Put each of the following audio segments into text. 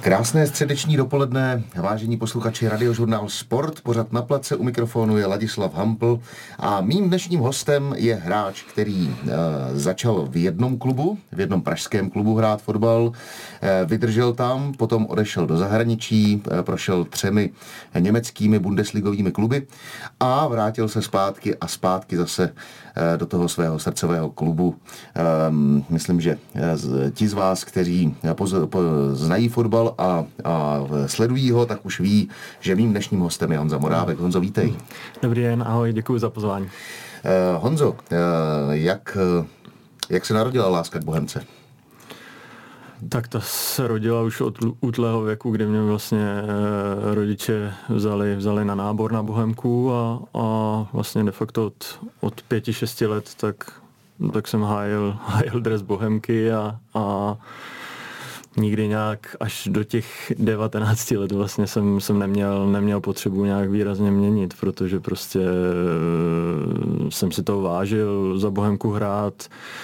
Krásné středeční dopoledne, vážení posluchači Radiožurnál Sport, pořad na place, u mikrofonu je Ladislav Hampl a mým dnešním hostem je hráč, který začal v jednom klubu, v jednom pražském klubu hrát fotbal, vydržel tam, potom odešel do zahraničí, prošel 3 německými bundesligovými kluby a vrátil se zpátky zase do toho svého srdcového klubu. Myslím, že ti z vás, kteří znají fotbal a sledují ho, tak už ví, že mým dnešním hostem je Honza Morávek. Honzo, vítej. Dobrý den, ahoj, děkuji za pozvání. Honzo, jak se narodila láska k Bohemce? Tak ta se rodila už od útlého věku, kdy mě vlastně rodiče vzali na nábor na Bohemku a vlastně de facto od 5-6 let tak jsem hájil dres Bohemky a nikdy nějak až do těch 19 let vlastně jsem neměl potřebu nějak výrazně měnit, protože prostě jsem si toho vážil za Bohemku hrát.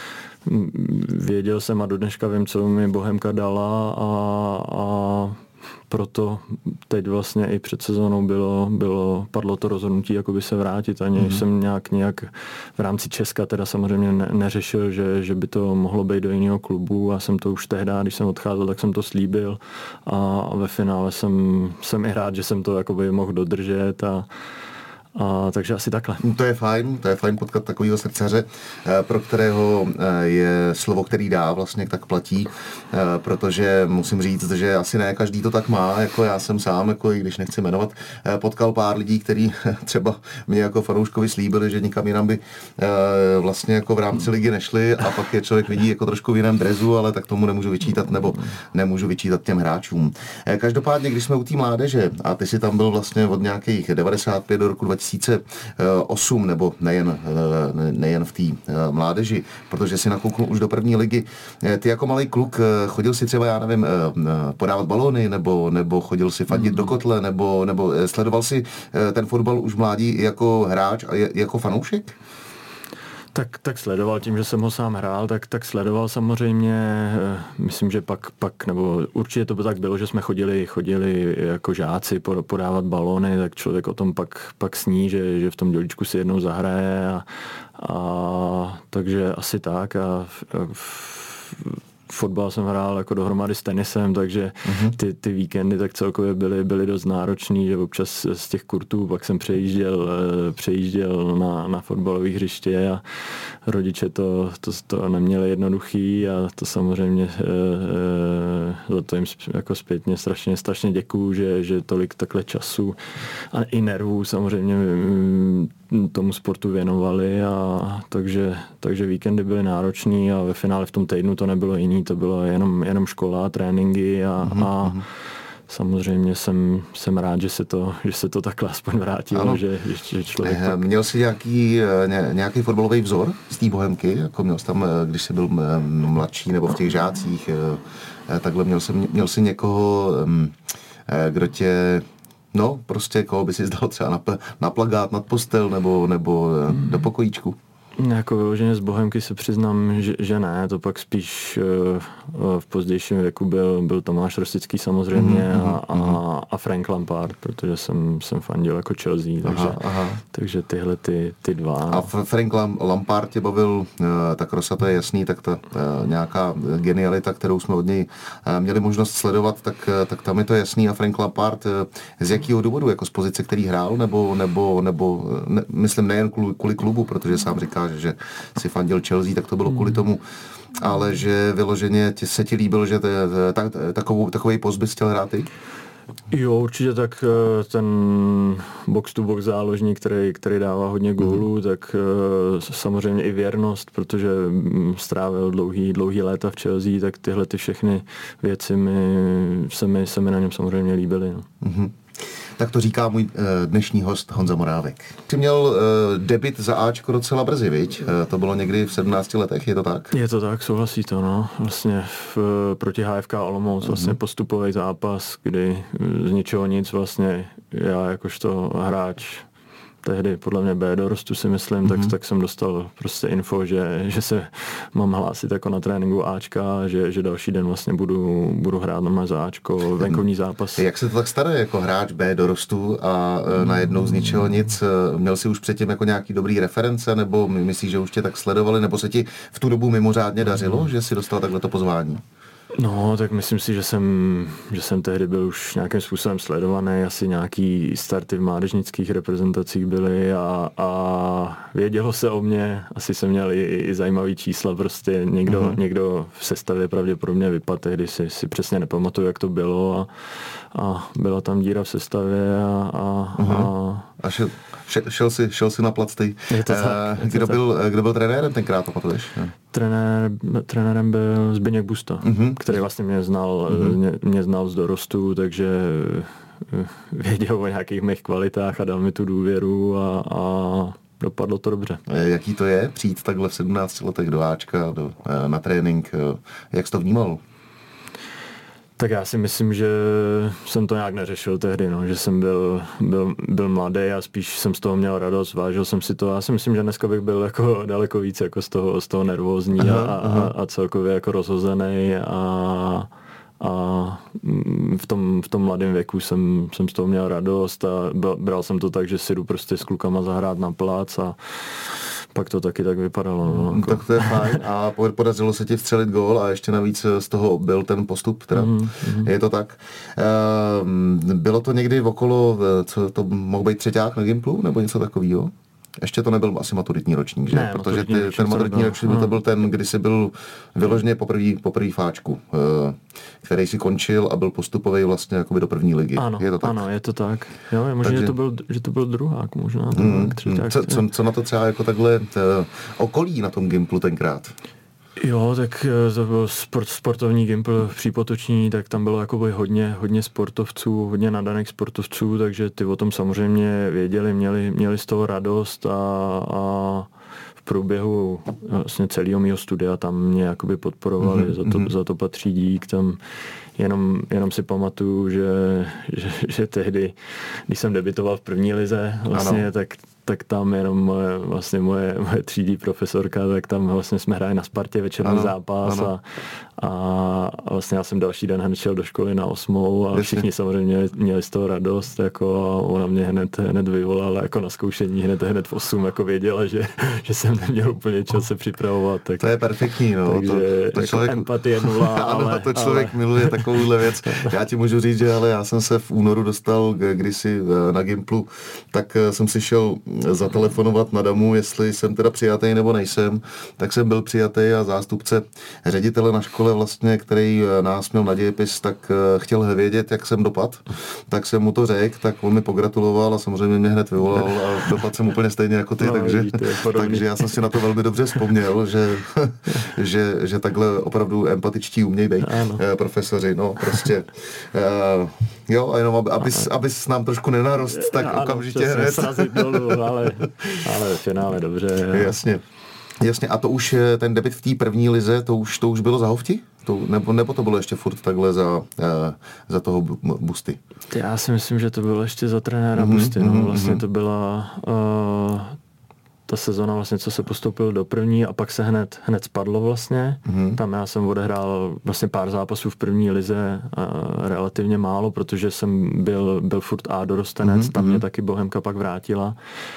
Věděl jsem a do dneška vím, co mi Bohemka dala a proto teď vlastně i před sezónou padlo to rozhodnutí jakoby se vrátit, ani jsem nějak v rámci Česka teda samozřejmě neřešil, že by to mohlo být do jiného klubu a jsem to už tehdy, když jsem odcházel, tak jsem to slíbil a ve finále jsem i rád, že jsem to jakoby mohl dodržet takže asi takhle. To je fajn potkat takovýho srdcaře, pro kterého je slovo, který dá, vlastně tak platí, protože musím říct, že asi ne každý to tak má, jako já jsem sám, jako i když nechci jmenovat, potkal pár lidí, kteří třeba mě jako fanouškovi slíbili, že nikam jinam by vlastně jako v rámci ligy nešli a pak je člověk vidí jako trošku v jiném drezu, ale tak tomu nemůžu vyčítat, nebo nemůžu vyčítat těm hráčům. Každopádně, když jsme u té mládeže, a ty si tam byl vlastně od nějakých 95 do roku 2008, nebo nejen v té mládeži, protože si nakouknul už do první ligy. Ty jako malý kluk chodil si třeba, já nevím, podávat balóny, nebo chodil si fandit do kotle, nebo sledoval si ten fotbal už mládí jako hráč a jako fanoušek? Tak sledoval tím, že jsem ho sám hrál, tak sledoval samozřejmě, myslím, že pak nebo určitě to tak bylo, že jsme chodili jako žáci podávat balóny, tak člověk o tom pak sní, že v tom dělíčku si jednou zahraje a takže asi tak a fotbal jsem hrál jako dohromady s tenisem, takže ty víkendy tak celkově byly dost náročný, že občas z těch kurtů pak jsem přejížděl na fotbalové hřiště a rodiče to neměli jednoduchý a to samozřejmě za to jim jako zpětně strašně děkuju, že tolik takhle času a i nervů samozřejmě tomu sportu věnovali a takže víkendy byly náročný a ve finále v tom týdnu to nebylo jiný, to bylo jenom škola, tréninky a samozřejmě jsem rád, že se to takhle aspoň vrátilo, že člověk Měl jsi nějaký fotbalový vzor z té Bohemky? Jako měl jsi tam, když jsi byl mladší nebo v těch žácích, takhle měl jsi někoho, kdo tě prostě koho by si zdal třeba na plakát nad postel nebo do pokojíčku? Jako vyloženě z Bohemky se přiznám, že ne, to pak spíš v pozdějším věku byl Tomáš Rostický samozřejmě a Frank Lampard, protože jsem fandil jako Chelsea, takže tyhle ty dva. A Frank Lampard tě bavil, tak Rosa, to je jasný, tak ta nějaká genialita, kterou jsme od něj měli možnost sledovat, tak tam je to jasný. A Frank Lampard z jakého důvodu, jako z pozice, který hrál, nebo myslím nejen kvůli klubu, protože sám říká, že si fandil Chelsea, tak to bylo kvůli tomu, ale že vyloženě se ti líbil, že takový post bys chtěl hrát ty? Jo, určitě tak ten box-to-box záložník, který dává hodně gólů, tak samozřejmě i věrnost, protože strávil dlouhý léta v Chelsea, tak tyhle ty všechny věci se mi na něm samozřejmě líbily. No. Tak to říká můj dnešní host Honza Morávek. Jsi měl debut za Ačko docela brzy, viď? To bylo někdy v 17 letech, je to tak? Je to tak, souhlasí to, no. Vlastně proti HFK Olomouc, vlastně postupový zápas, kdy z ničeho nic vlastně já jakožto hráč tehdy podle mě B dorostu si myslím, tak jsem dostal prostě info, že se mám hlásit jako na tréninku Ačka, že další den vlastně budu hrát na za Ačko, venkovní zápas. Jak se to tak staré jako hráč B dorostu a najednou z ničeho nic? Měl jsi už předtím jako nějaký dobrý reference, nebo myslíš, že už tě tak sledovali, nebo se ti v tu dobu mimořádně dařilo, že jsi dostal takhle to pozvání? No, tak myslím si, že jsem tehdy byl už nějakým způsobem sledovaný, asi nějaký starty v mládežnických reprezentacích byly a vědělo se o mě, asi jsem měl i zajímavý čísla, prostě někdo v sestavě pravděpodobně vypadl, tehdy si přesně nepamatuju, jak to bylo a byla tam díra v sestavě a šel si na plac ty. Kdo byl trenérem tenkrát, pamatuješ? Trenérem byl Zbyněk Busta, který vlastně mě znal z dorostu, takže věděl o nějakých mých kvalitách a dal mi tu důvěru a dopadlo to dobře. Jaký to je přijít takhle v 17 letech do Ačka, na trénink? Jak jsi to vnímal? Tak já si myslím, že jsem to nějak neřešil tehdy, no, že jsem byl mladý a spíš jsem z toho měl radost, vážil jsem si to. Já si myslím, že dneska bych byl jako daleko víc jako z toho nervózní a celkově jako rozhozený a v tom mladém věku jsem z toho měl radost a bral jsem to tak, že si jdu prostě s klukama zahrát na plac a pak to taky tak vypadalo. No, jako. Tak to je fajn a podařilo se ti vstřelit gól a ještě navíc z toho byl ten postup, teda je to tak. Bylo to někdy okolo, co to mohl být třeťák na Gimplu nebo něco takového? Ještě to nebyl asi maturitní ročník, že? Ne, protože ten maturitní ročník to byl ten, kdy jsi byl vyloženě poprvý fáčku, který si končil a byl postupový vlastně jakoby do první ligy. Ano, je to tak? Ano, je to tak. Jo, možná, že to byl druhák, možná. Co na to třeba jako takhle okolí na tom Gimplu tenkrát? Jo, tak to byl sportovní Gimpl Přípotoční, tak tam bylo jakoby hodně sportovců, hodně nadaných sportovců, takže ty o tom samozřejmě věděli, měli z toho radost a v průběhu vlastně celého mého studia tam mě jakoby podporovali, za to patří dík, tam jenom si pamatuju, že tehdy, když jsem debitoval v první lize, vlastně, tak tam jenom moje třídí profesorka, tak tam vlastně jsme hráli na Spartě večerní zápas a vlastně já jsem další den hned šel do školy na 8 a všichni samozřejmě měli z toho radost jako a ona mě hned vyvolala jako na zkoušení hned v 8 jako věděla, že jsem neměl úplně čas se připravovat. Tak, to je perfektní, no. Takže to jako člověk, empatie nula, ale to člověk miluje takovouhle věc. Já ti můžu říct, že ale já jsem se v únoru dostal kdysi na Gimplu, tak jsem si šel zatelefonovat na Damu, jestli jsem teda přijatý nebo nejsem, tak jsem byl přijatý a zástupce ředitele na škole vlastně, který nás měl na dějepis, tak chtěl vědět, jak jsem dopad, tak jsem mu to řekl, tak on mi pogratuloval a samozřejmě mě hned vyvolal a dopadl jsem úplně stejně jako ty, takže já jsem si na to velmi dobře vzpomněl, že takhle opravdu empatičtí umějí být profesoři, no prostě jo, a jenom abys nám trošku nenarost, tak ano, okamžitě hned. Dolů, ale v finále dobře. Jasně, a to už ten debut v té první lize, to už bylo za Hovti? Nebo to bylo ještě furt takhle za toho Busty? Já si myslím, že to bylo ještě za trenéra Busty. Vlastně to byla ta sezona, vlastně, co se postoupil do první a pak se hned spadlo vlastně. Tam já jsem odehrál vlastně pár zápasů v první lize, relativně málo, protože jsem byl furt A dorostenec, tam mě taky Bohemka pak vrátila.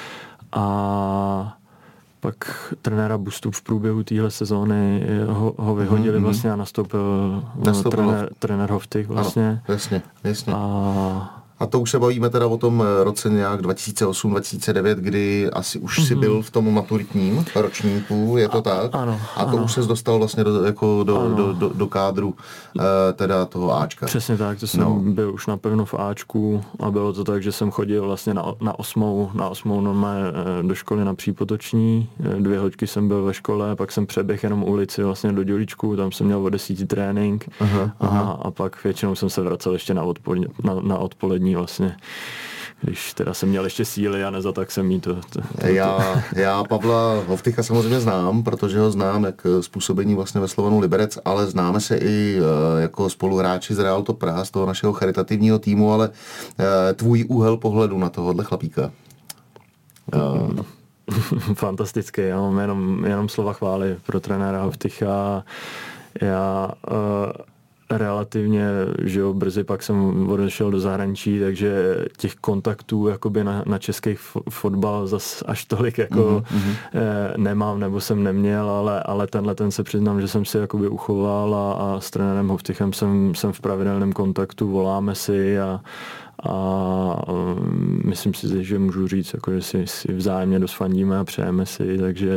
A pak trenéra Bustu v průběhu téhle sezóny ho vyhodili vlastně a nastoupil trenér Hoftych vlastně. Ano, jasně. A to už se bavíme teda o tom roce nějak 2008-2009, kdy asi už si byl v tom maturitním ročníku, je to tak? Ano. A to už se dostal vlastně do kádru teda toho Ačka. Přesně tak, to jsem byl už napevno v Ačku a bylo to tak, že jsem chodil vlastně na osmou normálně do školy na Přípotoční, 2 hoďky jsem byl ve škole, pak jsem přeběh jenom ulici vlastně do Dělíčku, tam jsem měl o 10 trénink a pak většinou jsem se vracel ještě na odpolední vlastně, když teda jsem měl ještě síly a nezatak jsem jí to. Já Pavla Hovtycha samozřejmě znám, protože ho znám jak způsobení vlastně ve Slovanu Liberec, ale známe se i jako spoluhráči z Real Top Praha, z toho našeho charitativního týmu, ale tvůj úhel pohledu na tohohle chlapíka? Fantastický, já mám jenom slova chvály pro trenéra Hovtycha. Já relativně, že jo, brzy pak jsem odešel do zahraničí, takže těch kontaktů jakoby na český fotbal zas až tolik jako nemám, nebo jsem neměl, ale ten se přiznám, že jsem si jakoby uchoval a s trenérem Hovtychem jsem v pravidelném kontaktu, voláme si a myslím si, že můžu říct, jako, že si vzájemně dost fandíme a přejeme si,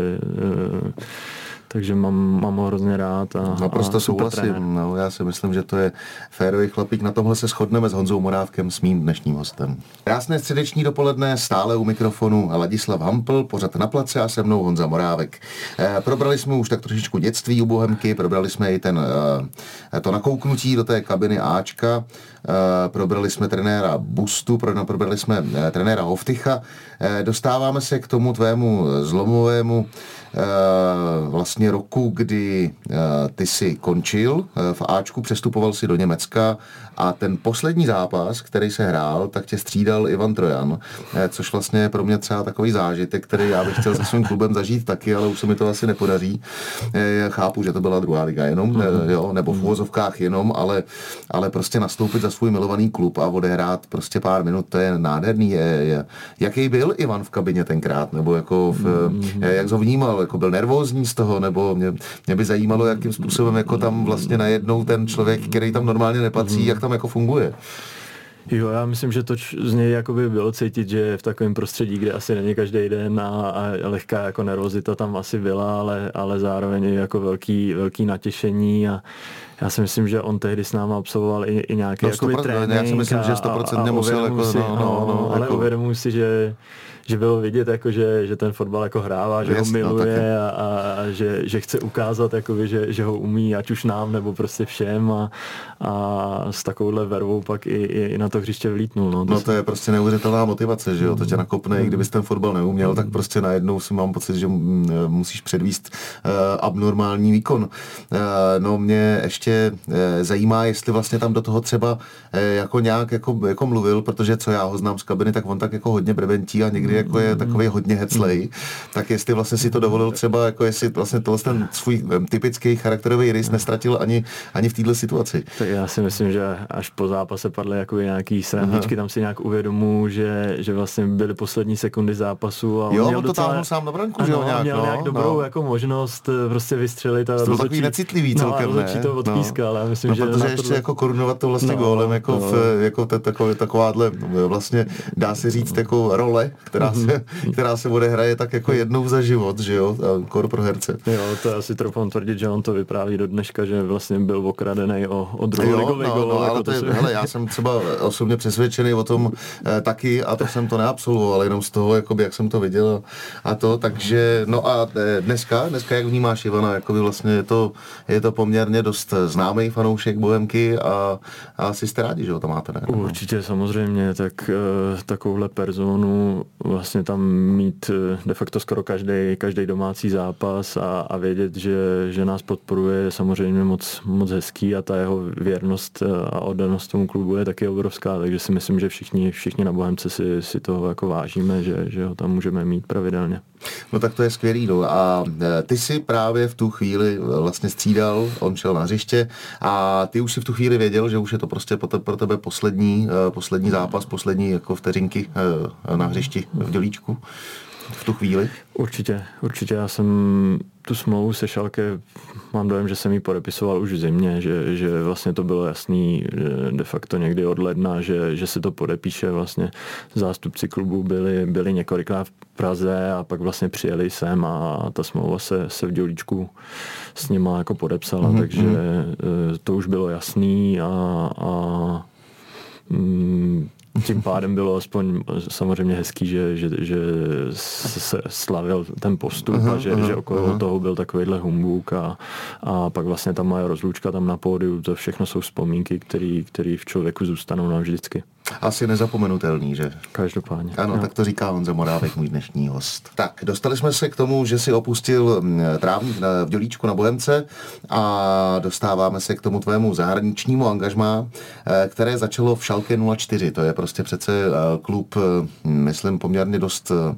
takže mám ho hrozně rád. Naprosto souhlasím. No, já si myslím, že to je férový chlapík. Na tomhle se shodneme s Honzou Morávkem, s mým dnešním hostem. Krásné středeční dopoledne, stále u mikrofonu Ladislav Hampl, pořad Na place a se mnou Honza Morávek. Probrali jsme už tak trošičku dětství u Bohemky, probrali jsme i to nakouknutí do té kabiny Ačka, probrali jsme trenéra Bustu, probrali jsme trenéra Hovtycha. Dostáváme se k tomu tvému zlomovému vlastně roku, kdy ty si končil v Ačku, přestupoval si do Německa a ten poslední zápas, který se hrál, tak tě střídal Ivan Trojan, což vlastně je pro mě třeba takový zážitek, který já bych chtěl se svým klubem zažít taky, ale už se mi to asi nepodaří. Já chápu, že to byla druhá liga jenom, jo, nebo v uvozovkách jenom, ale prostě nastoupit za svůj milovaný klub a odehrát prostě pár minut, to je nádherný. Jaký byl Ivan v kabině tenkrát, nebo jako jak ho vnímal, jako byl nervózní z toho, nebo mě by zajímalo, jakým způsobem jako tam vlastně najednou ten člověk, který tam normálně nepatří, jak tam jako funguje. Jo, já myslím, že to z něj jakoby bylo cítit, že je v takovém prostředí, kde asi není každý den a lehká jako nervozita tam asi byla, ale zároveň jako velký natěšení a já si myslím, že on tehdy s náma absolvoval i nějaký trénink. Já si myslím, že 100% musel jako, ale uvědomuji si, že bylo vidět, jako, že ten fotbal jako hrává, že ho miluje a že chce ukázat, jakoby, že ho umí, ať už nám, nebo prostě všem a s takovouhle vervou pak i na to hřiště vlítnul. No to je prostě neuvěřitelná motivace, že jo, to tě nakopne, i kdybys ten fotbal neuměl, tak prostě najednou si mám pocit, že musíš předvíst abnormální výkon. No mě ještě zajímá, jestli vlastně tam do toho třeba jako nějak jako mluvil, protože co já ho znám z kabiny, tak on tak jako hodně breventí a někdy jako je takový hodně heclej, tak jestli vlastně si to dovolil třeba, jako jestli vlastně ten svůj typický charakterový rys nestratil ani v této situaci. Tak já si myslím, že až po zápase padly jako nějaký srandičky, tam si nějak uvědomuji, že vlastně byly poslední sekundy zápasu a on to táhnul sám na branku, že jo, nějak dobrou jako možnost prostě vystřelit a to byl takový necitlivý celkem, ne? To odpískal, já myslím, že protože ještě jako korunovat to vlastně gólem, jako takováhle vlastně dá se říct jako role, která se odehraje tak jako jednou za život, že jo, kor pro herce. Jo, to asi troufám tvrdit, že on to vypráví do dneška, že vlastně byl okradený o druholigový gól. No, ale hele, já jsem třeba osobně přesvědčený o tom taky a to jsem to neabsolvoval, jenom z toho, jakoby, jak jsem to viděl a to, takže, no a dneska jak vnímáš Ivana, jakoby vlastně je to poměrně dost známý fanoušek Bohemky a asi jste rádi, že ho tam máte, ne? Určitě, samozřejmě, tak takovouhle personu vlastně tam mít de facto skoro každý domácí zápas a vědět, že nás podporuje, je samozřejmě moc hezký a ta jeho věrnost a oddanost tomu klubu je taky obrovská, takže si myslím, že všichni na Bohemce si toho jako vážíme, že ho tam můžeme mít pravidelně. No tak to je skvělý, no a ty si právě v tu chvíli vlastně střídal, on šel na hřiště a ty už si v tu chvíli věděl, že už je to prostě pro tebe poslední zápas, poslední jako vteřinky na hřišti v Dělíčku v tu chvíli? Určitě. Já jsem tu smlouvu se Schalke, mám dojem, že jsem ji podepisoval už v zimě, že vlastně to bylo jasný de facto někdy od ledna, že se to podepíše. Vlastně zástupci klubu byli několikrát v Praze a pak vlastně přijeli sem a ta smlouva se v Dělíčku s nima jako podepsala, takže to už bylo jasný a tím pádem bylo aspoň samozřejmě hezký, že se slavil ten postup a že okolo toho byl takovýhle humbuk a pak vlastně ta moje rozlučka tam na pódiu, to všechno jsou vzpomínky, které v člověku zůstanou navždycky. Asi nezapomenutelný, že? Každopádně. Ano, tak to říká Honza Morávek, můj dnešní host. Tak, dostali jsme se k tomu, že si opustil trávník v Dělíčku na Bohemce a dostáváme se k tomu tvému zahraničnímu angažmá, které začalo v Schalke 04. To je prostě přece klub, myslím, poměrně dost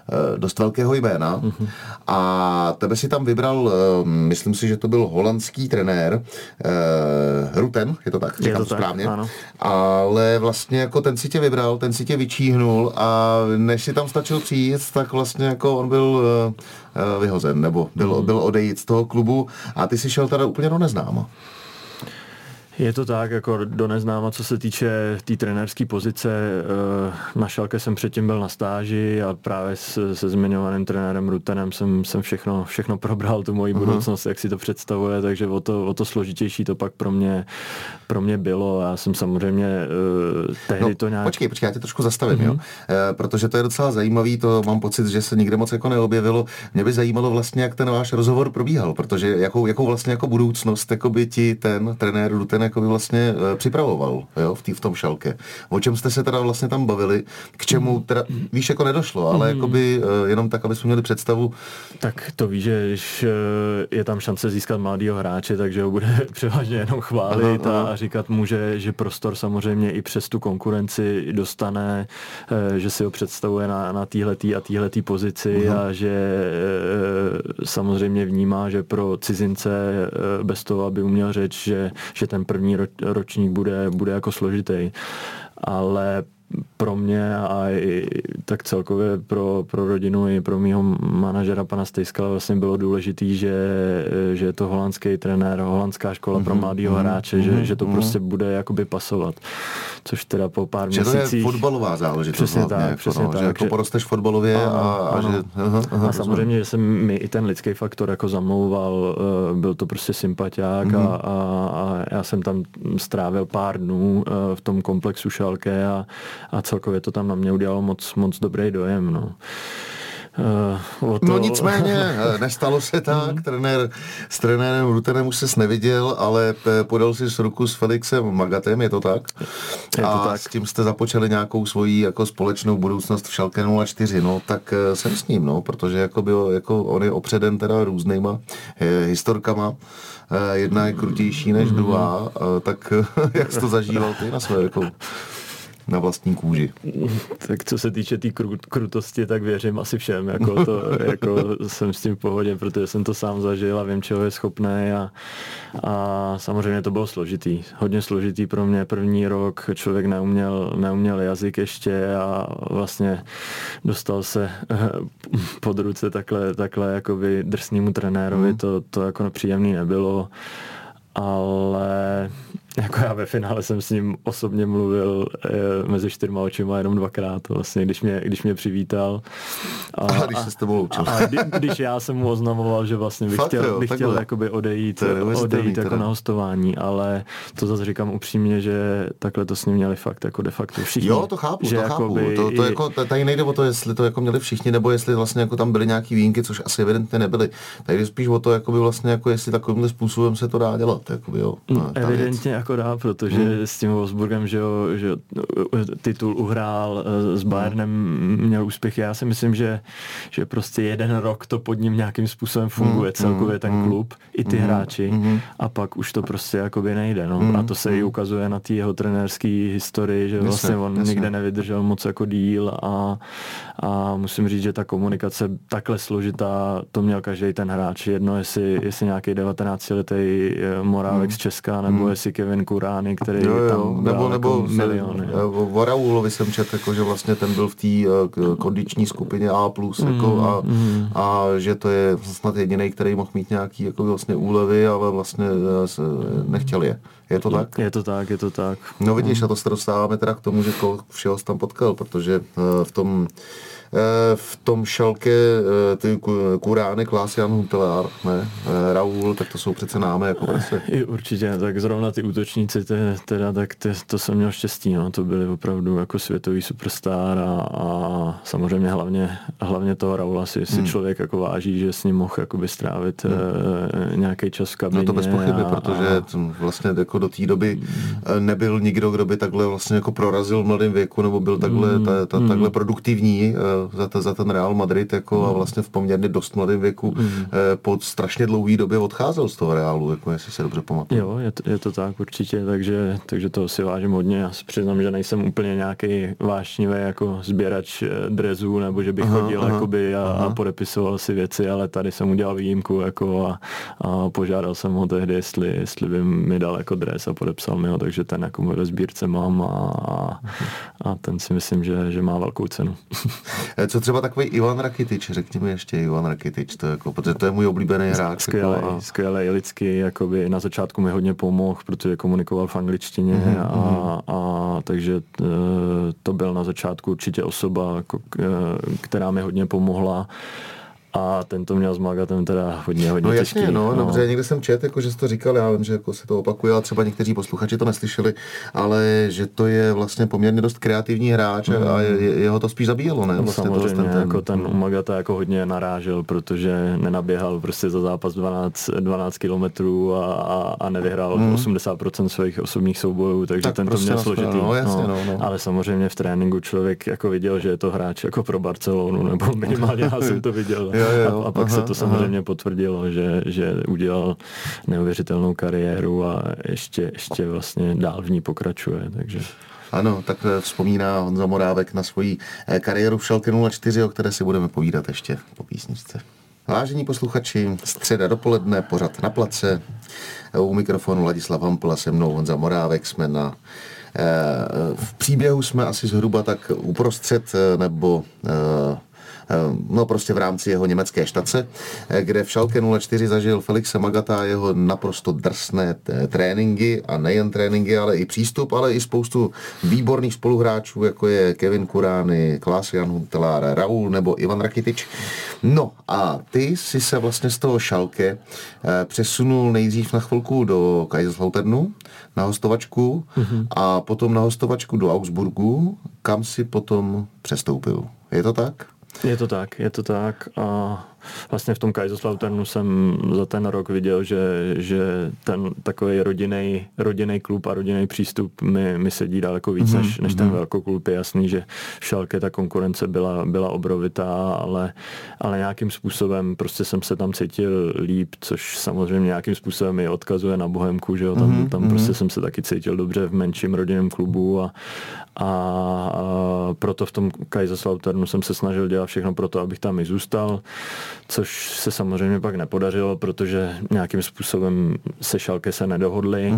dost velkého jména a tebe si tam vybral, myslím si, že to byl holandský trenér, Rutten, je to tak? Říkám to správně. Ano. Ale vlastně jako ten si tě vybral, ten si tě vyčíhnul a než si tam stačil přijít, tak vlastně jako on byl vyhozen, nebo byl odejít z toho klubu a ty si šel teda úplně do neznáma. Je to tak, jako do neznáma, co se týče té trenérské pozice. Na Schalke jsem předtím byl na stáži a právě se zmiňovaným trenérem Ruttenem jsem všechno probral, tu moji budoucnost, jak si to představuje, takže o to složitější to pak pro mě bylo. Já jsem samozřejmě tehdy to nějak... Počkej, já tě trošku zastavím, jo? Protože to je docela zajímavý, to mám pocit, že se nikde moc jako neobjevilo. Mě by zajímalo vlastně, jak ten váš rozhovor probíhal, protože jakou vlastně jako budoucnost by ti ten trenér Rutten jako by vlastně připravoval, jo, v tom Schalke. O čem jste se teda vlastně tam bavili, k čemu teda, víš, jako nedošlo, ale jakoby jenom tak, aby jsme měli představu. Tak to víš, že když je tam šance získat mladýho hráče, takže ho bude převážně jenom chválit a říkat mu, že prostor samozřejmě i přes tu konkurenci dostane, že si ho představuje na téhletý pozici a že samozřejmě vnímá, že pro cizince bez toho, aby uměl řeč, že ten první ročník bude jako složitý. Ale pro mě a i tak celkově pro rodinu i pro mýho manažera pana Stejskala vlastně bylo důležitý, že je to holandský trenér, holandská škola pro mladýho hráče, že to prostě bude jakoby pasovat. Což teda po pár měsících... Že to je fotbalová záležitost. Přesně tak. Že jako porosteš fotbalově a že... A samozřejmě, že jsem mi i ten lidský faktor jako zamlouval, byl to prostě sympatiák a já jsem tam strávil pár dnů v tom komplexu Schalke a celkově to tam na mě udělalo moc dobrý dojem. No. No nicméně, nestalo se tak, s trenérem Ruttenem už ses neviděl, ale podal si ruku s Felixem Magatem, je to tak? A s tím jste započali nějakou svoji jako společnou budoucnost v Schalke 04, no tak jsem s ním, no, protože jako on je opředen teda různýma historkama, jedna je krutější než druhá, tak jak jsi to zažíval ty na své jako na vlastní kůži. Tak co se týče té krutosti, tak věřím asi všem. Jako jsem s tím v pohodě, protože jsem to sám zažil a vím, čeho je schopný a samozřejmě to bylo složitý. Hodně složitý pro mě. První rok člověk neuměl jazyk ještě a vlastně dostal se pod ruce takhle jakoby drsnému trenérovi. To jako příjemný nebylo. Ale jako já ve finále jsem s ním osobně mluvil mezi 4 očima jenom 2krát, vlastně, když mě přivítal. Když se s tebou loučil. Když já jsem mu oznamoval, že vlastně bych chtěl jakoby odejít jako na hostování, ale to zase říkám upřímně, že takhle to s ním měli fakt jako de facto všichni. Jo, to chápu. To jako, tady nejde o to, jestli to jako měli všichni, nebo jestli vlastně jako tam byly nějaký výjimky, což asi evidentně nebyly. Tady jde spíš o to, jakoby vlastně jako jestli takovýmhle způsobem se to dá dělat. Jakoby, jo, evidentně jako dá, protože s tím Wolfsburgem, že titul uhrál, s Bayernem měl úspěchy. Já si myslím, že prostě jeden rok to pod ním nějakým způsobem funguje, celkově ten klub, i ty hráči, a pak už to prostě jakoby nejde. No. A to se i ukazuje na té jeho trenérské historii, že vlastně on nikde nevydržel moc jako díl a musím říct, že ta komunikace takhle složitá, to měl každý ten hráč. Jedno, jestli nějaký 19letý Morávek z Česka, nebo jestli Kevin Kurány, který tam dal nebo miliony. O Raulovi jsem četl, jako, že vlastně ten byl v té kondiční skupině A+, jako, a že to je snad jediný, který mohl mít nějaký jako vlastně úlevy, ale vlastně nechtěl je. Je to tak? Je to tak. No vidíš, a to se dostáváme teda k tomu, že všeho jsi tam potkal, protože v tom Schalke ty Kurány, Klaas-Jan Huntelaar, ne, Raul, tak to jsou přece námi jako prostě. Určitě, tak zrovna ty útočníci, to jsem měl štěstí, no, to byli opravdu jako světový superstar a samozřejmě hlavně toho Raula si člověk jako váží, že s ním mohl jakoby strávit nějaký čas v kabině. No to bez pochyby, protože vlastně jako do té doby nebyl nikdo, kdo by takhle vlastně jako prorazil v mladém věku, nebo byl takhle produktivní za ten Real Madrid jako a vlastně v poměrně dost mladém věku po strašně dlouhé době odcházel z toho Realu, jako jestli se dobře pamatuju. Jo, je to tak určitě, takže toho si vážím hodně. Já si přiznám, že nejsem úplně nějaký vášnivý jako sběrač drezů, nebo že bych chodil jakoby a podepisoval si věci, ale tady jsem udělal výjimku jako a požádal jsem ho tehdy, jestli by mi dal jako dres a podepsal mi ho, takže ten jako ve sbírce mám a ten si myslím, že má velkou cenu. Co třeba takový Ivan Rakitič, řekněme ještě Ivan Rakitič, protože to je můj oblíbený hráč. Skvělej lidsky, jakoby na začátku mi hodně pomohl, protože komunikoval v angličtině a takže to byl na začátku určitě osoba, která mi hodně pomohla. A ten to měl s Magatem teda hodně těžký. Jasně, dobře, někde jsem čet, jako, že jsi to říkal, já vím, že jako se to opakuje, ale třeba někteří posluchači to neslyšeli, ale že to je vlastně poměrně dost kreativní hráč a jeho to spíš zabíjelo, ne? Vlastně samozřejmě, jako ten Magata jako hodně narážel, protože nenaběhal prostě za zápas 12 kilometrů a nevyhrál 80% svých osobních soubojů, takže ten prostě to měl složitý. Ale samozřejmě v tréninku člověk jako viděl, že je to hráč jako pro Barcelonu, nebo minimálně já jsem to viděl. A pak se to samozřejmě potvrdilo, že udělal neuvěřitelnou kariéru a ještě vlastně dál v ní pokračuje. Takže. Ano, tak vzpomíná Honza Morávek na svoji kariéru v Schalke 04, o které si budeme povídat ještě po písničce. Vážení posluchači, středa dopoledne, pořad na place. U mikrofonu Ladislav Hampl a se mnou Honza Morávek. Jsme v příběhu jsme asi zhruba tak uprostřed nebo prostě v rámci jeho německé štace, kde v Schalke 04 zažil Felixe Magata jeho naprosto drsné tréninky a nejen tréninky, ale i přístup, ale i spoustu výborných spoluhráčů, jako je Kevin Kurány, Klaas-Jan Huntelaar, Raúl nebo Ivan Rakitič. No a ty si se vlastně z toho Schalke přesunul nejdřív na chvilku do Kaiserslauternu na hostovačku a potom na hostovačku do Augsburgu, kam si potom přestoupil. Je to tak? Je to tak a vlastně v tom Kaiserslauternu jsem za ten rok viděl, že ten takový rodinný klub a rodinný přístup mi sedí daleko víc než ten velkoklub. Je jasný, že v Schalke ta konkurence byla obrovitá, ale nějakým způsobem prostě jsem se tam cítil líp, což samozřejmě nějakým způsobem i odkazuje na Bohemku, že jo, tam prostě jsem se taky cítil dobře v menším rodinném klubu a proto v tom Kaiserslauternu jsem se snažil dělat všechno pro to, abych tam i zůstal, což se samozřejmě pak nepodařilo, protože nějakým způsobem se Schalke se nedohodli.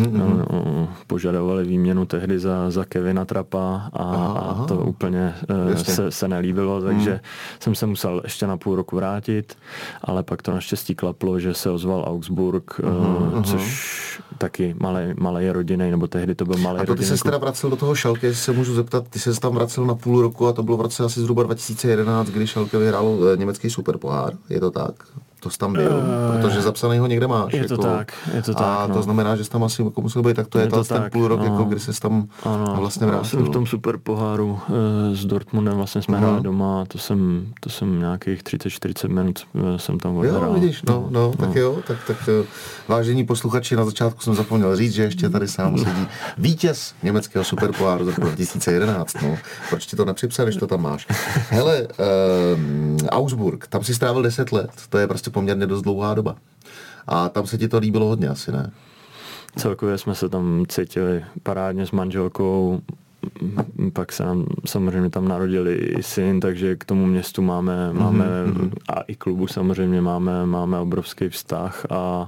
Požadovali výměnu tehdy za Kevina Trappa a to úplně se nelíbilo, takže jsem se musel ještě na půl roku vrátit, ale pak to naštěstí klaplo, že se ozval Augsburg, což taky malej rodinný, nebo tehdy to byl malý rodinný. A to ty se teda vracel do toho Schalke, se můžu zeptat, ty se tam vracel na půl roku a to bylo v roce asi zhruba 2011, kdy Schalke vyhrál německý superpohár, je to tak? To jsi tam byl, protože zapsaný ho někde máš. Je to tak. A to znamená, že jsi tam asi jako musel být, tak to je ten půl rok, jako kdy jsi tam vlastně vrátil. Jsem v tom superpoháru s Dortmundem vlastně jsme hráli doma, to jsem nějakých 30-40 minut jsem tam odhrál. Jo, vidíš, tak vážení posluchači, na začátku jsem zapomněl říct, že ještě tady sám sedí vítěz německého superpoháru z roku 2011, proč ti to nepřipsal, když to tam máš. Hele, Augsburg, tam si strávil 10 let, to je prostě poměrně dost dlouhá doba. A tam se ti to líbilo hodně asi, ne? Celkově jsme se tam cítili parádně s manželkou, pak se nám samozřejmě tam narodili i syn, takže k tomu městu máme a i klubu samozřejmě máme obrovský vztah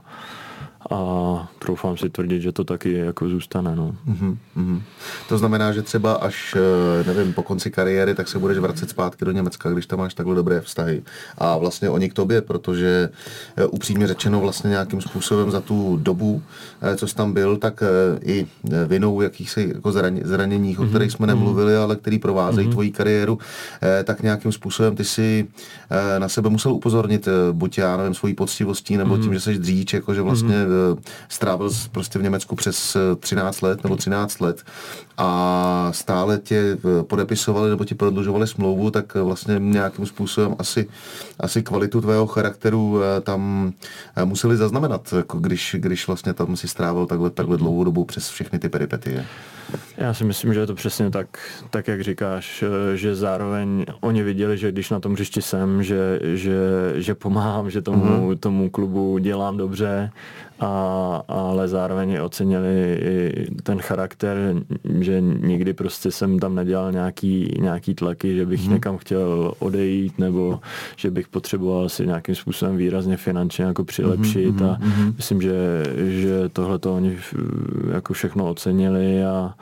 a troufám si tvrdit, že to taky jako zůstane. No. To znamená, že třeba až, nevím, po konci kariéry, tak se budeš vracet zpátky do Německa, když tam máš takhle dobré vztahy. A vlastně oni k tobě, protože upřímně řečeno vlastně nějakým způsobem za tu dobu, co jsi tam byl, tak i vinou jakýchsi jako zraněních, o kterých jsme nemluvili, ale který provázejí tvoji kariéru, tak nějakým způsobem ty si na sebe musel upozornit, buď já nevím, svojí poctivostí, nebo tím, že jsi dříč, jakože vlastně strávil prostě v Německu přes 13 let nebo 13 let a stále tě podepisovali nebo ti prodlužovali smlouvu, tak vlastně nějakým způsobem asi kvalitu tvého charakteru tam museli zaznamenat, jako když vlastně tam si strávil takhle dlouhou dobu přes všechny ty peripetie. Já si myslím, že je to přesně tak jak říkáš, že zároveň oni viděli, že když na tom hřišti jsem, že pomáhám, že tomu klubu dělám dobře, ale zároveň ocenili i ten charakter, že nikdy prostě jsem tam nedělal nějaký tlaky, že bych někam chtěl odejít, nebo že bych potřeboval si nějakým způsobem výrazně finančně jako přilepšit a myslím, že tohleto oni jako všechno ocenili a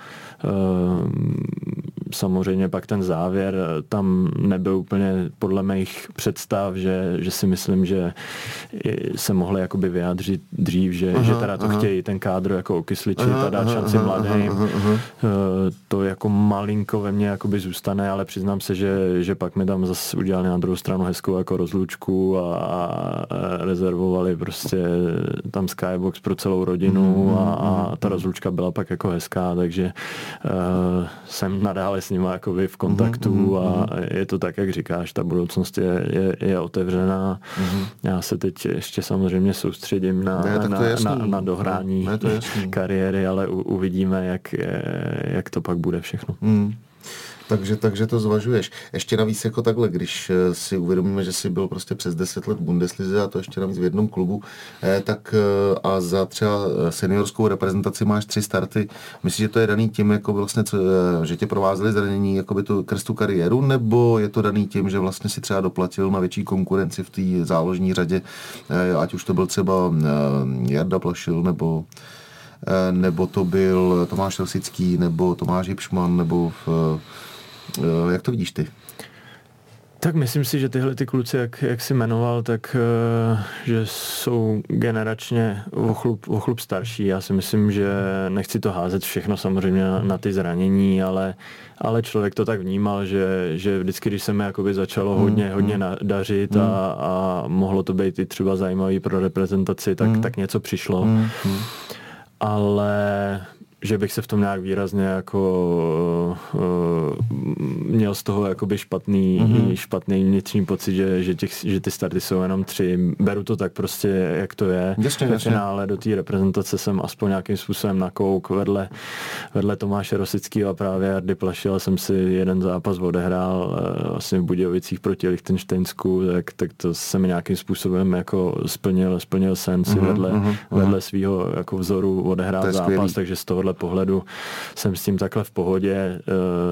samozřejmě pak ten závěr tam nebyl úplně podle mých představ, že si myslím, že se mohli jakoby vyjádřit dřív, že teda to chtějí ten kádr jako okysličit a dát šanci mladým. To jako malinko ve mně jakoby zůstane, ale přiznám se, že pak mi tam zase udělali na druhou stranu hezkou jako rozlučku a rezervovali prostě tam skybox pro celou rodinu a ta rozlučka byla pak jako hezká, takže jsem nadále s nima jakoby v kontaktu a je to tak, jak říkáš, ta budoucnost je otevřená. Já se teď ještě samozřejmě soustředím na dohrání kariéry, ale uvidíme, jak to pak bude všechno. Takže to zvažuješ. Ještě navíc jako takhle, když si uvědomíme, že jsi byl prostě přes 10 let v Bundeslize a to ještě navíc v jednom klubu, tak a za třeba seniorskou reprezentaci máš 3 starty. Myslíš, že to je daný tím, jako vlastně, že tě provázely zranění jakoby krz tu kariéru, nebo je to daný tím, že vlastně si třeba doplatil na větší konkurenci v té záložní řadě, ať už to byl třeba Jarda Plašil, nebo to byl Tomáš Rosický, nebo Tomáš Hipšman, nebo jak to vidíš ty? Tak myslím si, že tyhle ty kluci, jak jsi jmenoval, tak že jsou generačně o chlup starší. Já si myslím, že nechci to házet všechno samozřejmě na ty zranění, ale člověk to tak vnímal, že vždycky, když se mi jakoby začalo hodně dařit a mohlo to být i třeba zajímavý pro reprezentaci, tak něco přišlo. Ale že bych se v tom nějak výrazně jako měl z toho jakoby špatný vnitřní pocit, že ty starty jsou jenom 3. Beru to tak prostě, jak to je. Ve finále do té reprezentace jsem aspoň nějakým způsobem nakouk. Vedle Tomáše Rosického a právě Jardy Plašila jsem si jeden zápas odehrál vlastně v Budějovicích proti Lichtensteinsku, tak to se mi nějakým způsobem jako splnil sen si vedle svýho jako vzoru odehrát zápas, takže z tohohle pohledu jsem s tím takhle v pohodě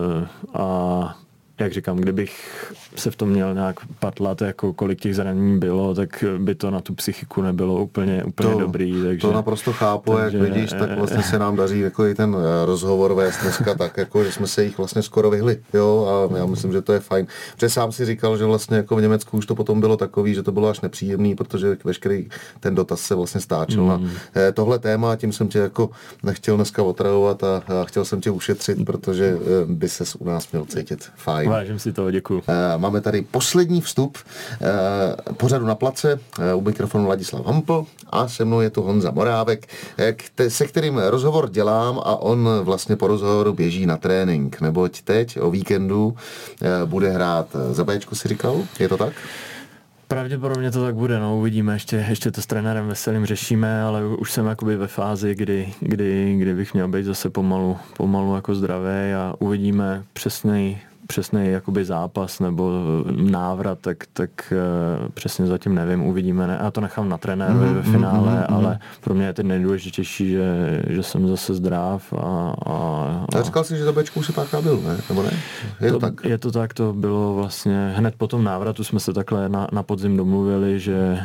a jak říkám, kdybych se v tom měl nějak patlat, jako kolik těch zranění bylo, tak by to na tu psychiku nebylo úplně dobrý. Takže, to naprosto chápu, jak vidíš, tak vlastně se nám daří jako i ten rozhovor vést dneska tak, jako, že jsme se jich vlastně skoro vyhli, jo, a já myslím, že to je fajn. Protože sám si říkal, že vlastně jako v Německu už to potom bylo takový, že to bylo až nepříjemný, protože veškerý ten dotaz se vlastně stáčel na tohle téma, tím jsem tě jako nechtěl dneska otravovat a chtěl jsem tě ušetřit, protože by ses u nás měl cítit fajn. Vážím si toho, děkuju. Máme tady poslední vstup pořadu Na place, u mikrofonu Ladislav Hampl a se mnou je tu Honza Morávek, se kterým rozhovor dělám a on vlastně po rozhovoru běží na trénink, neboť teď o víkendu bude hrát za Bčku, si říkal, je to tak? Pravděpodobně to tak bude, no, uvidíme, ještě to s trenérem Veselým řešíme, ale už jsem jakoby ve fázi, kdy bych měl být zase pomalu jako zdravý a uvidíme přesný jakoby zápas nebo návrat, tak přesně zatím nevím, uvidíme. Ne? Já to nechám na trenérovi ve finále, ale pro mě je teď nejdůležitější, že jsem zase zdrav a říkal jsi, že za Bčku si párkrát byl, ne? Nebo ne? Je to tak, to bylo vlastně hned po tom návratu jsme se takhle na podzim domluvili, že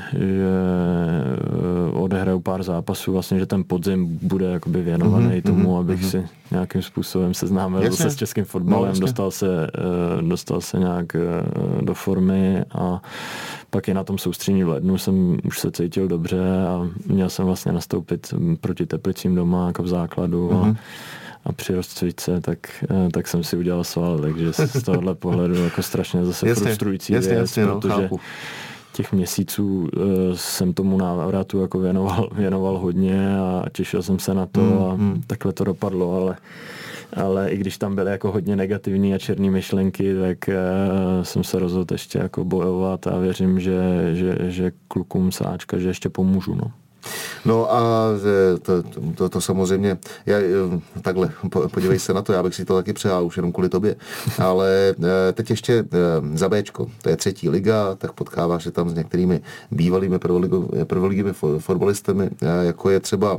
odehraju pár zápasů, vlastně, že ten podzim bude jakoby věnovaný tomu, abych si nějakým způsobem seznámil zase s českým fotbalem, dostal se nějak do formy a pak i na tom soustředění v lednu jsem už se cítil dobře a měl jsem vlastně nastoupit proti Teplicím doma jako v základu a při rozcvičce, tak jsem si udělal sval, takže z tohohle pohledu jako strašně zase frustrující věc, protože těch měsíců jsem tomu návratu jako věnoval hodně a těšil jsem se na to a takhle to dopadlo, ale i když tam byly jako hodně negativní a černé myšlenky, tak jsem se rozhodl ještě jako bojovat a věřím, že klukům sáčka, že ještě pomůžu. No. No a to samozřejmě, takhle, podívej se na to, já bych si to taky přál, už jenom kvůli tobě, ale teď ještě za Bčko, to je 3. liga, tak potkáváš se tam s některými bývalými prvoligovými fotbalistami, jako je třeba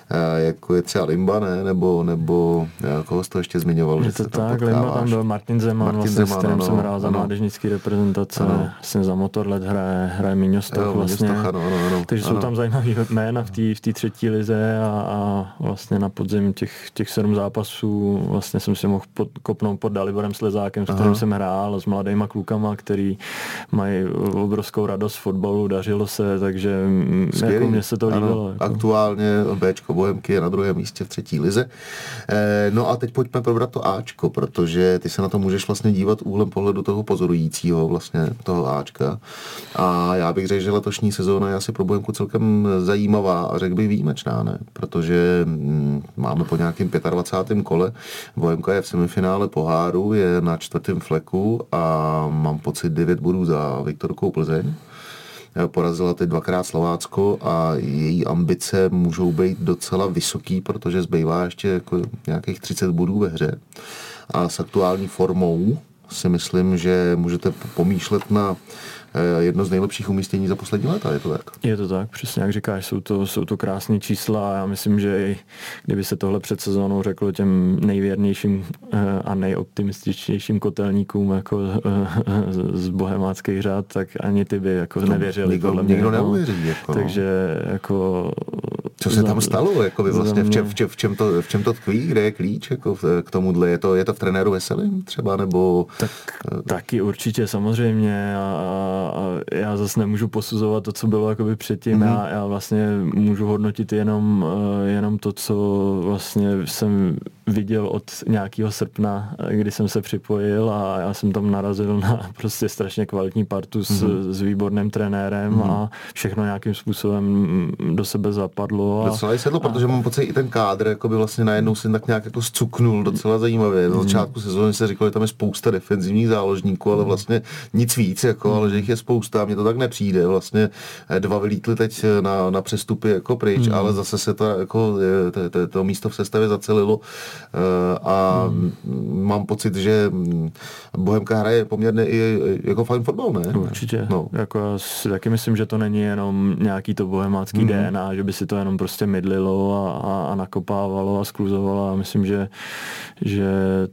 Limba, ne? Nebo koho jsi to ještě zmiňoval? Je to tak, Limba tam byl, Martin Zeman, s kterým jsem hrál za mládežnický reprezentace, vlastně za Motorlet hraje Míňo Stoch vlastně. Ano. Takže jsou tam zajímavý jména v té 3. lize a vlastně na podzim těch 7 zápasů vlastně jsem si mohl kopnout pod Daliborem Slezákem, s kterým jsem hrál, s mladýma klukama, který mají obrovskou radost z fotbalu, dařilo se, takže jako mně se to líbilo. Jako. Aktuálně Bčko Bohemky je na 2. místě v 3. lize. No a teď pojďme probrat to Ačko, protože ty se na to můžeš vlastně dívat úhlem pohledu toho pozorujícího vlastně toho Ačka. A já bych řekl, že letošní sezóna je asi pro Bohemku celkem zajímavá a řekl bych výjimečná, ne? Protože máme po nějakém 25. kole, Bohemka je v semifinále poháru, je na 4. fleku a mám pocit 9 bodů za Viktorkou Plzeň. Porazila teď 2krát Slovácko a její ambice můžou být docela vysoký, protože zbývá ještě jako nějakých 30 bodů ve hře. A s aktuální formou si myslím, že můžete pomýšlet na jedno z nejlepších umístění za poslední léta, je to tak? Je to tak, přesně jak říkáš, jsou to krásné čísla a já myslím, že i kdyby se tohle před sezónou řeklo těm nejvěrnějším a nejoptimističnějším kotelníkům jako z bohemáckých řád, tak ani ty by jako nevěřili. Nikdo neuvěří. Jako. Takže jako... Co se tam stalo? Jako vlastně, v čem to tkví? Kde je klíč jako k tomuhle? Je to v trenéru Veselým třeba? Nebo... Taky určitě samozřejmě a já zase nemůžu posuzovat to, co bylo jakoby předtím. Já vlastně můžu hodnotit jenom to, co vlastně jsem viděl od nějakého srpna, kdy jsem se připojil a já jsem tam narazil na prostě strašně kvalitní partu s výborným trenérem a všechno nějakým způsobem do sebe zapadlo. Docela sedlo, protože mám pocit, i ten kádr jakoby vlastně najednou si tak nějak jako zcuknul docela zajímavě. Na začátku sezóny se říkalo, že tam je spousta defenzivních záložníků, ale vlastně nic víc, jako, ale že jich je spousta. Mně to tak nepřijde. Vlastně 2 vylítli teď na přestupy jako pryč, ale zase se to jako to místo v sestavě zacelilo a mám pocit, že Bohemka hraje poměrně i jako fajn fotbal, ne? Určitě. No. Jako já si taky myslím, že to není jenom nějaký to bohemácký DNA, že by si to jenom prostě mydlilo a nakopávalo a skluzovalo a myslím, že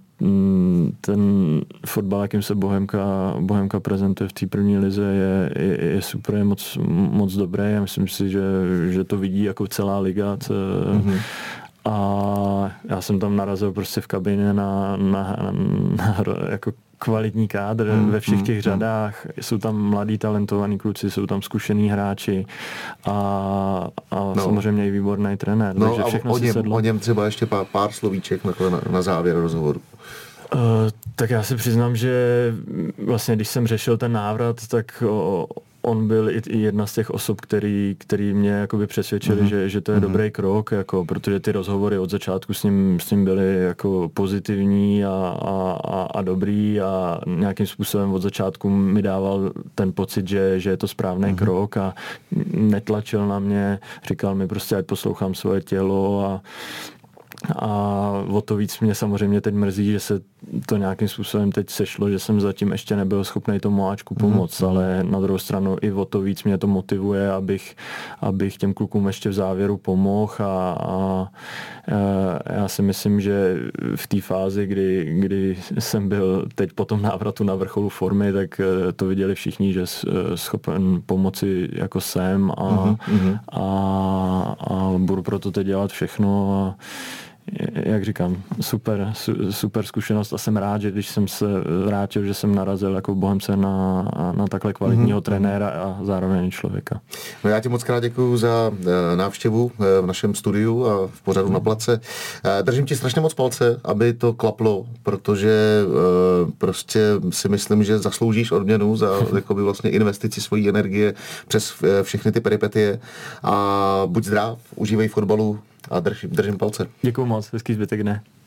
ten fotbal, jakým se Bohemka prezentuje v té 1. lize, je super, je moc dobré. Já myslím si, že to vidí jako celá liga. A já jsem tam narazil prostě v kabině na jako kvalitní kádr ve všech těch řadách. Jsou tam mladí talentovaní kluci, jsou tam zkušení hráči a samozřejmě i výborný trenér. No takže všechno o něm třeba ještě pár slovíček na závěr rozhovoru. Tak já si přiznám, že vlastně když jsem řešil ten návrat, tak on byl i jedna z těch osob, který mě jakoby přesvědčili, že to je dobrý krok, jako, protože ty rozhovory od začátku s ním byly jako pozitivní a dobrý a nějakým způsobem od začátku mi dával ten pocit, že je to správný krok a netlačil na mě, říkal mi prostě, ať poslouchám svoje tělo a o to víc mě samozřejmě teď mrzí, že se to nějakým způsobem teď sešlo, že jsem zatím ještě nebyl schopný tomu Ačku pomoct, ale na druhou stranu i o to víc mě to motivuje, abych těm klukům ještě v závěru pomohl a já si myslím, že v té fázi, kdy jsem byl teď po tom návratu na vrcholu formy, tak to viděli všichni, že schopen pomoci jako jsem a budu proto teď dělat všechno a jak říkám, super zkušenost a jsem rád, že když jsem se vrátil, že jsem narazil jako v Bohemce na takhle kvalitního trenéra a zároveň člověka. No já ti moc krát děkuju za návštěvu v našem studiu a v pořadu Na place. Držím ti strašně moc palce, aby to klaplo, protože prostě si myslím, že zasloužíš odměnu za jakoby vlastně investici svojí energie přes všechny ty peripetie a buď zdrav, užívej fotbalu a držím palce. Děkuju moc, hezký zbytek dne.